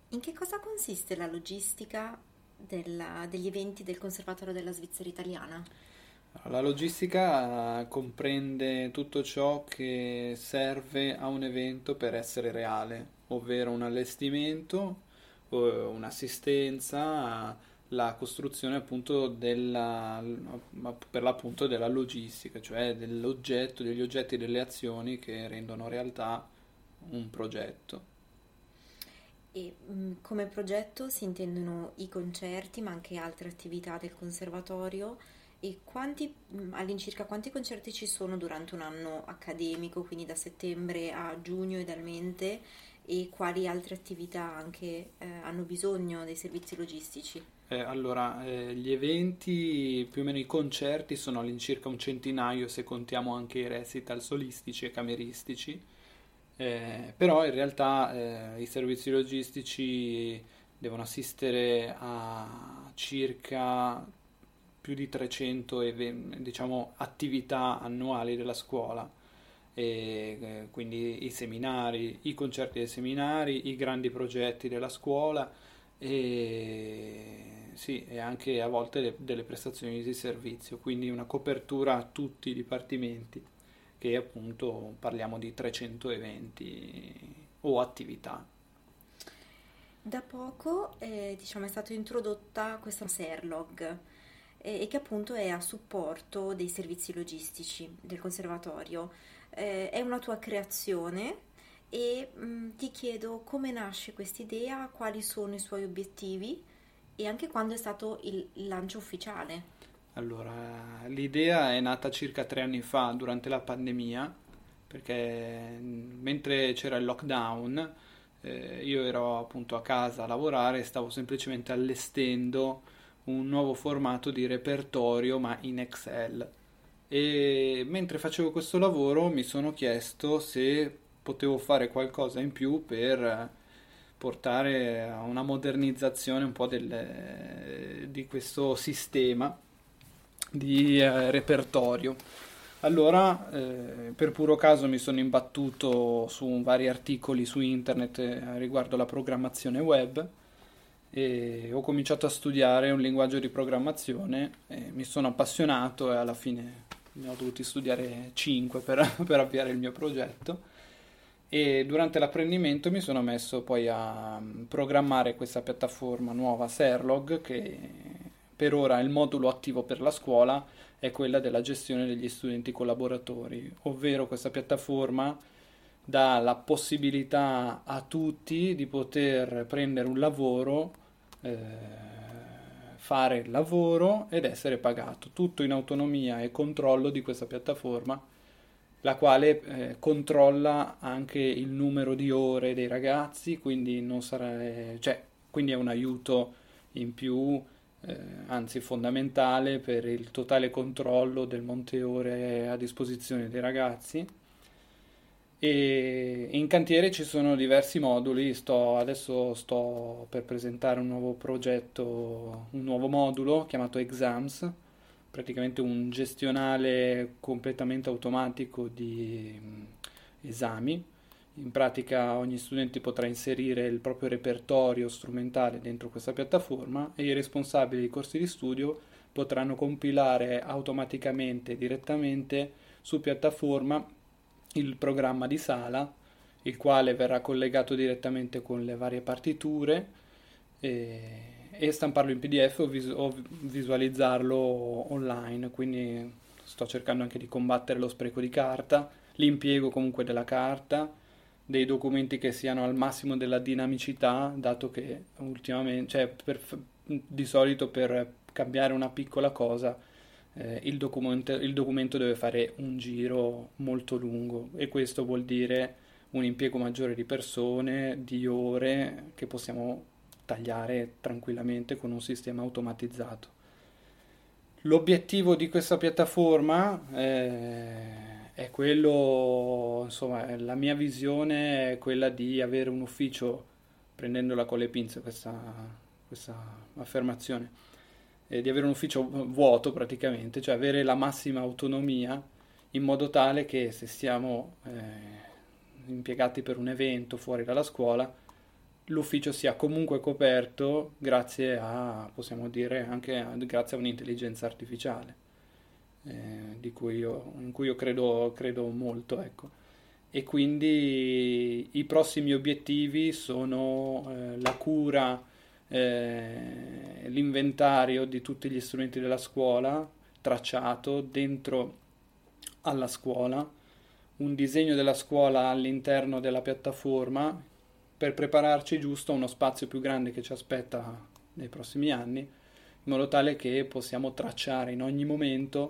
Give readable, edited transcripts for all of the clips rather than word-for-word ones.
In che cosa consiste la logistica degli eventi del Conservatorio della Svizzera Italiana? La logistica comprende tutto ciò che serve a un evento per essere reale, ovvero un allestimento, un'assistenza, la costruzione appunto per l'appunto della logistica, cioè dell'oggetto, degli oggetti e delle azioni che rendono realtà un progetto. Come progetto si intendono i concerti, ma anche altre attività del conservatorio e all'incirca quanti concerti ci sono durante un anno accademico, quindi da settembre a giugno idealmente, e quali altre attività anche hanno bisogno dei servizi logistici? Gli eventi, più o meno i concerti, sono all'incirca un centinaio se contiamo anche i recital solistici e cameristici. Però in realtà i servizi logistici devono assistere a circa più di 300 diciamo, attività annuali della scuola, quindi i seminari, i concerti dei seminari, i grandi progetti della scuola e, sì, e anche a volte delle prestazioni di servizio, quindi una copertura a tutti i dipartimenti, che appunto parliamo di 300 eventi o attività. Da poco, diciamo, è stata introdotta questa Serlog e che appunto è a supporto dei servizi logistici del conservatorio. È una tua creazione e ti chiedo come nasce quest'idea, quali sono i suoi obiettivi e anche quando è stato il lancio ufficiale. Allora, l'idea è nata circa 3 anni fa durante la pandemia, perché mentre c'era il lockdown, io ero appunto a casa a lavorare e stavo semplicemente allestendo un nuovo formato di repertorio, ma in Excel. E mentre facevo questo lavoro mi sono chiesto se potevo fare qualcosa in più per portare a una modernizzazione un po' di questo sistema di repertorio. Allora, per puro caso mi sono imbattuto su vari articoli su internet riguardo la programmazione web e ho cominciato a studiare un linguaggio di programmazione e mi sono appassionato e alla fine ne ho dovuti studiare 5 per avviare il mio progetto e durante l'apprendimento mi sono messo poi a programmare questa piattaforma nuova Serlog che per ora il modulo attivo per la scuola è quella della gestione degli studenti collaboratori, ovvero questa piattaforma dà la possibilità a tutti di poter prendere un lavoro, fare il lavoro ed essere pagato, tutto in autonomia e controllo di questa piattaforma, la quale controlla anche il numero di ore dei ragazzi, quindi non sarà, cioè, quindi è un aiuto in più, anzi fondamentale per il totale controllo del monte ore a disposizione dei ragazzi. E in cantiere ci sono diversi moduli, adesso sto per presentare un nuovo progetto, un nuovo modulo chiamato Exams, praticamente un gestionale completamente automatico di esami. In pratica ogni studente potrà inserire il proprio repertorio strumentale dentro questa piattaforma e i responsabili dei corsi di studio potranno compilare automaticamente, direttamente su piattaforma il programma di sala, il quale verrà collegato direttamente con le varie partiture e stamparlo in PDF o visualizzarlo online. Quindi sto cercando anche di combattere lo spreco di carta, l'impiego comunque della carta, dei documenti che siano al massimo della dinamicità, dato che ultimamente, cioè di solito per cambiare una piccola cosa il documento deve fare un giro molto lungo e questo vuol dire un impiego maggiore di persone, di ore che possiamo tagliare tranquillamente con un sistema automatizzato. L'obiettivo di questa piattaforma è quello, insomma, la mia visione è quella di avere un ufficio, prendendola con le pinze questa affermazione, di avere un ufficio vuoto praticamente, cioè avere la massima autonomia in modo tale che se siamo impiegati per un evento fuori dalla scuola l'ufficio sia comunque coperto grazie a, possiamo dire, anche grazie a un'intelligenza artificiale, in cui io credo molto, ecco. E quindi i prossimi obiettivi sono la cura, l'inventario di tutti gli strumenti della scuola, tracciato dentro alla scuola, un disegno della scuola all'interno della piattaforma per prepararci giusto a uno spazio più grande che ci aspetta nei prossimi anni, in modo tale che possiamo tracciare in ogni momento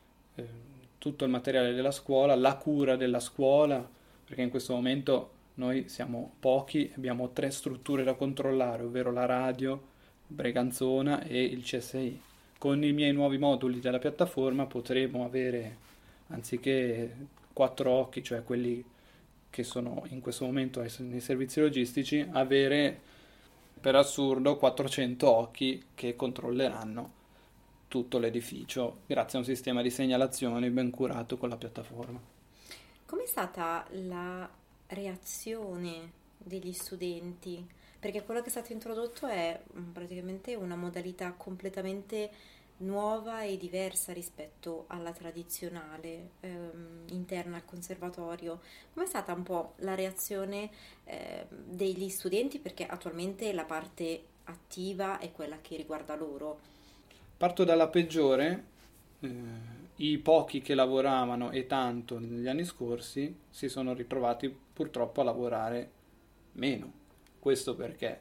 tutto il materiale della scuola, la cura della scuola, perché in questo momento noi siamo pochi, abbiamo 3 strutture da controllare, ovvero la radio, Breganzona e il CSI. Con i miei nuovi moduli della piattaforma potremo avere, anziché 4 occhi, cioè quelli che sono in questo momento nei servizi logistici, avere per assurdo 400 occhi che controlleranno tutto l'edificio grazie a un sistema di segnalazioni ben curato con la piattaforma. Com'è stata la reazione degli studenti? Perché quello che è stato introdotto è praticamente una modalità completamente nuova e diversa rispetto alla tradizionale interna al conservatorio. Com'è stata un po' la reazione degli studenti? Perché attualmente la parte attiva è quella che riguarda loro. Parto dalla peggiore, eh, i pochi che lavoravano e tanto negli anni scorsi si sono ritrovati purtroppo a lavorare meno. Questo perché?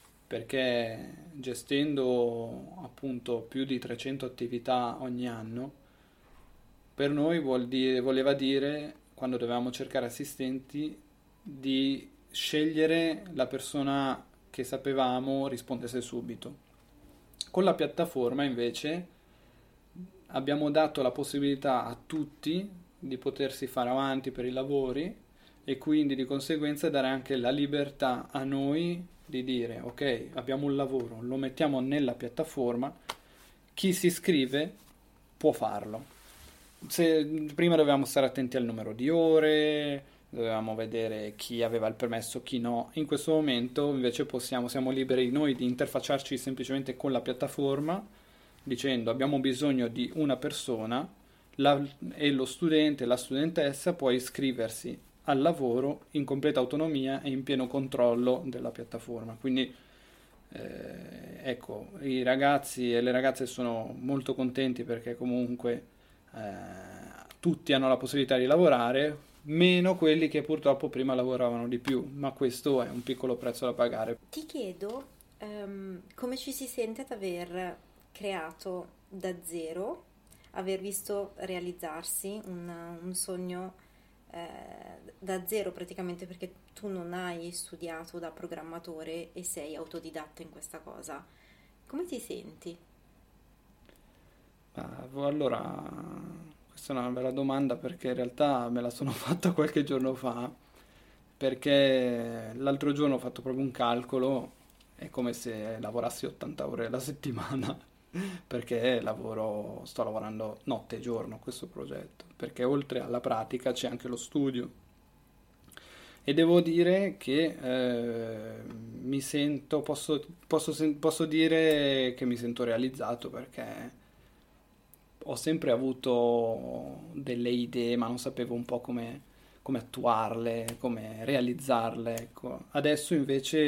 Perché gestendo appunto più di 300 attività ogni anno, per noi voleva dire, quando dovevamo cercare assistenti, di scegliere la persona che sapevamo rispondesse subito. Con la piattaforma invece abbiamo dato la possibilità a tutti di potersi fare avanti per i lavori e quindi di conseguenza dare anche la libertà a noi di dire ok, abbiamo un lavoro, lo mettiamo nella piattaforma, chi si iscrive può farlo. Prima dovevamo stare attenti al numero di ore, dovevamo vedere chi aveva il permesso, chi no. In questo momento invece siamo liberi noi di interfacciarci semplicemente con la piattaforma dicendo abbiamo bisogno di una persona e lo studente, la studentessa può iscriversi al lavoro in completa autonomia e in pieno controllo della piattaforma. Quindi ecco, i ragazzi e le ragazze sono molto contenti perché comunque tutti hanno la possibilità di lavorare, meno quelli che purtroppo prima lavoravano di più, ma questo è un piccolo prezzo da pagare. Ti chiedo come ci si sente ad aver creato da zero, aver visto realizzarsi un sogno da zero praticamente, perché tu non hai studiato da programmatore e sei autodidatta in questa cosa. Come ti senti? Allora, questa è una bella domanda perché in realtà me la sono fatta qualche giorno fa, perché l'altro giorno ho fatto proprio un calcolo, è come se lavorassi 80 ore alla settimana, perché sto lavorando notte e giorno a questo progetto, perché oltre alla pratica c'è anche lo studio. E devo dire che posso dire che mi sento realizzato perché ho sempre avuto delle idee, ma non sapevo un po' come attuarle, come realizzarle, ecco. Adesso invece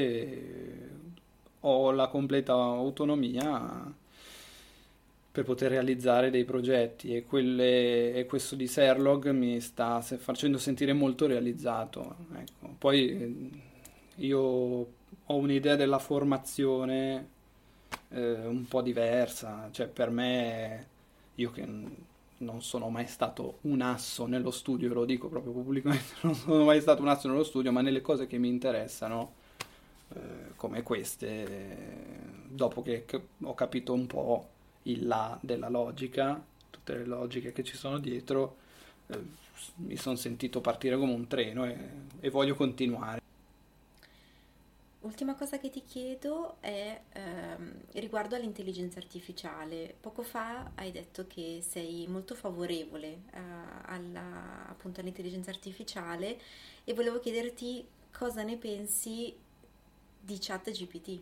ho la completa autonomia per poter realizzare dei progetti e questo di Serlog mi sta facendo sentire molto realizzato, ecco. Poi io ho un'idea della formazione un po' diversa, cioè per me, io che non sono mai stato un asso nello studio, lo dico proprio pubblicamente, non sono mai stato un asso nello studio, ma nelle cose che mi interessano, come queste, dopo che ho capito un po' il là della logica, tutte le logiche che ci sono dietro, mi sono sentito partire come un treno e voglio continuare. Ultima cosa che ti chiedo è riguardo all'intelligenza artificiale. Poco fa hai detto che sei molto favorevole appunto all'intelligenza artificiale e volevo chiederti cosa ne pensi di ChatGPT?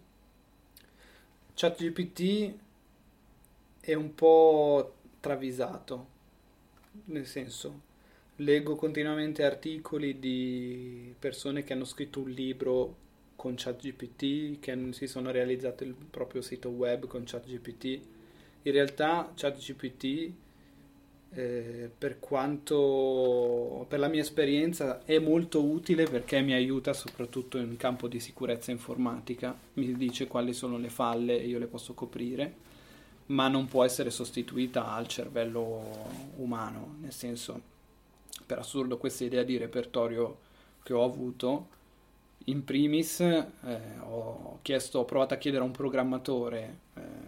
ChatGPT è un po' travisato, nel senso, leggo continuamente articoli di persone che hanno scritto un libro con ChatGPT, che si sono realizzate il proprio sito web con ChatGPT. In realtà ChatGPT, per quanto, per la mia esperienza, è molto utile perché mi aiuta soprattutto in campo di sicurezza informatica, mi dice quali sono le falle e io le posso coprire, ma non può essere sostituita al cervello umano, nel senso, per assurdo, questa idea di repertorio che ho avuto, in primis ho provato a chiedere a un programmatore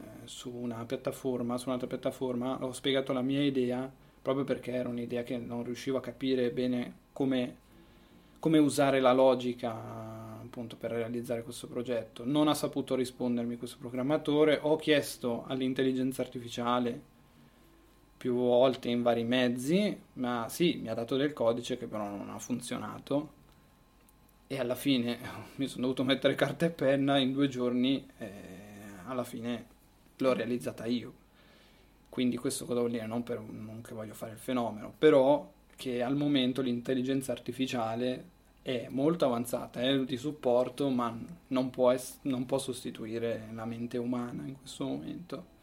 su un'altra piattaforma, ho spiegato la mia idea proprio perché era un'idea che non riuscivo a capire bene come usare la logica appunto per realizzare questo progetto. Non ha saputo rispondermi questo programmatore, ho chiesto all'intelligenza artificiale più volte in vari mezzi, ma sì, mi ha dato del codice che però non ha funzionato e alla fine mi sono dovuto mettere carta e penna in 2 giorni e alla fine l'ho realizzata io. Quindi questo cosa vuol dire? Non che voglio fare il fenomeno, però che al momento l'intelligenza artificiale è molto avanzata, è di supporto, ma non può sostituire la mente umana in questo momento.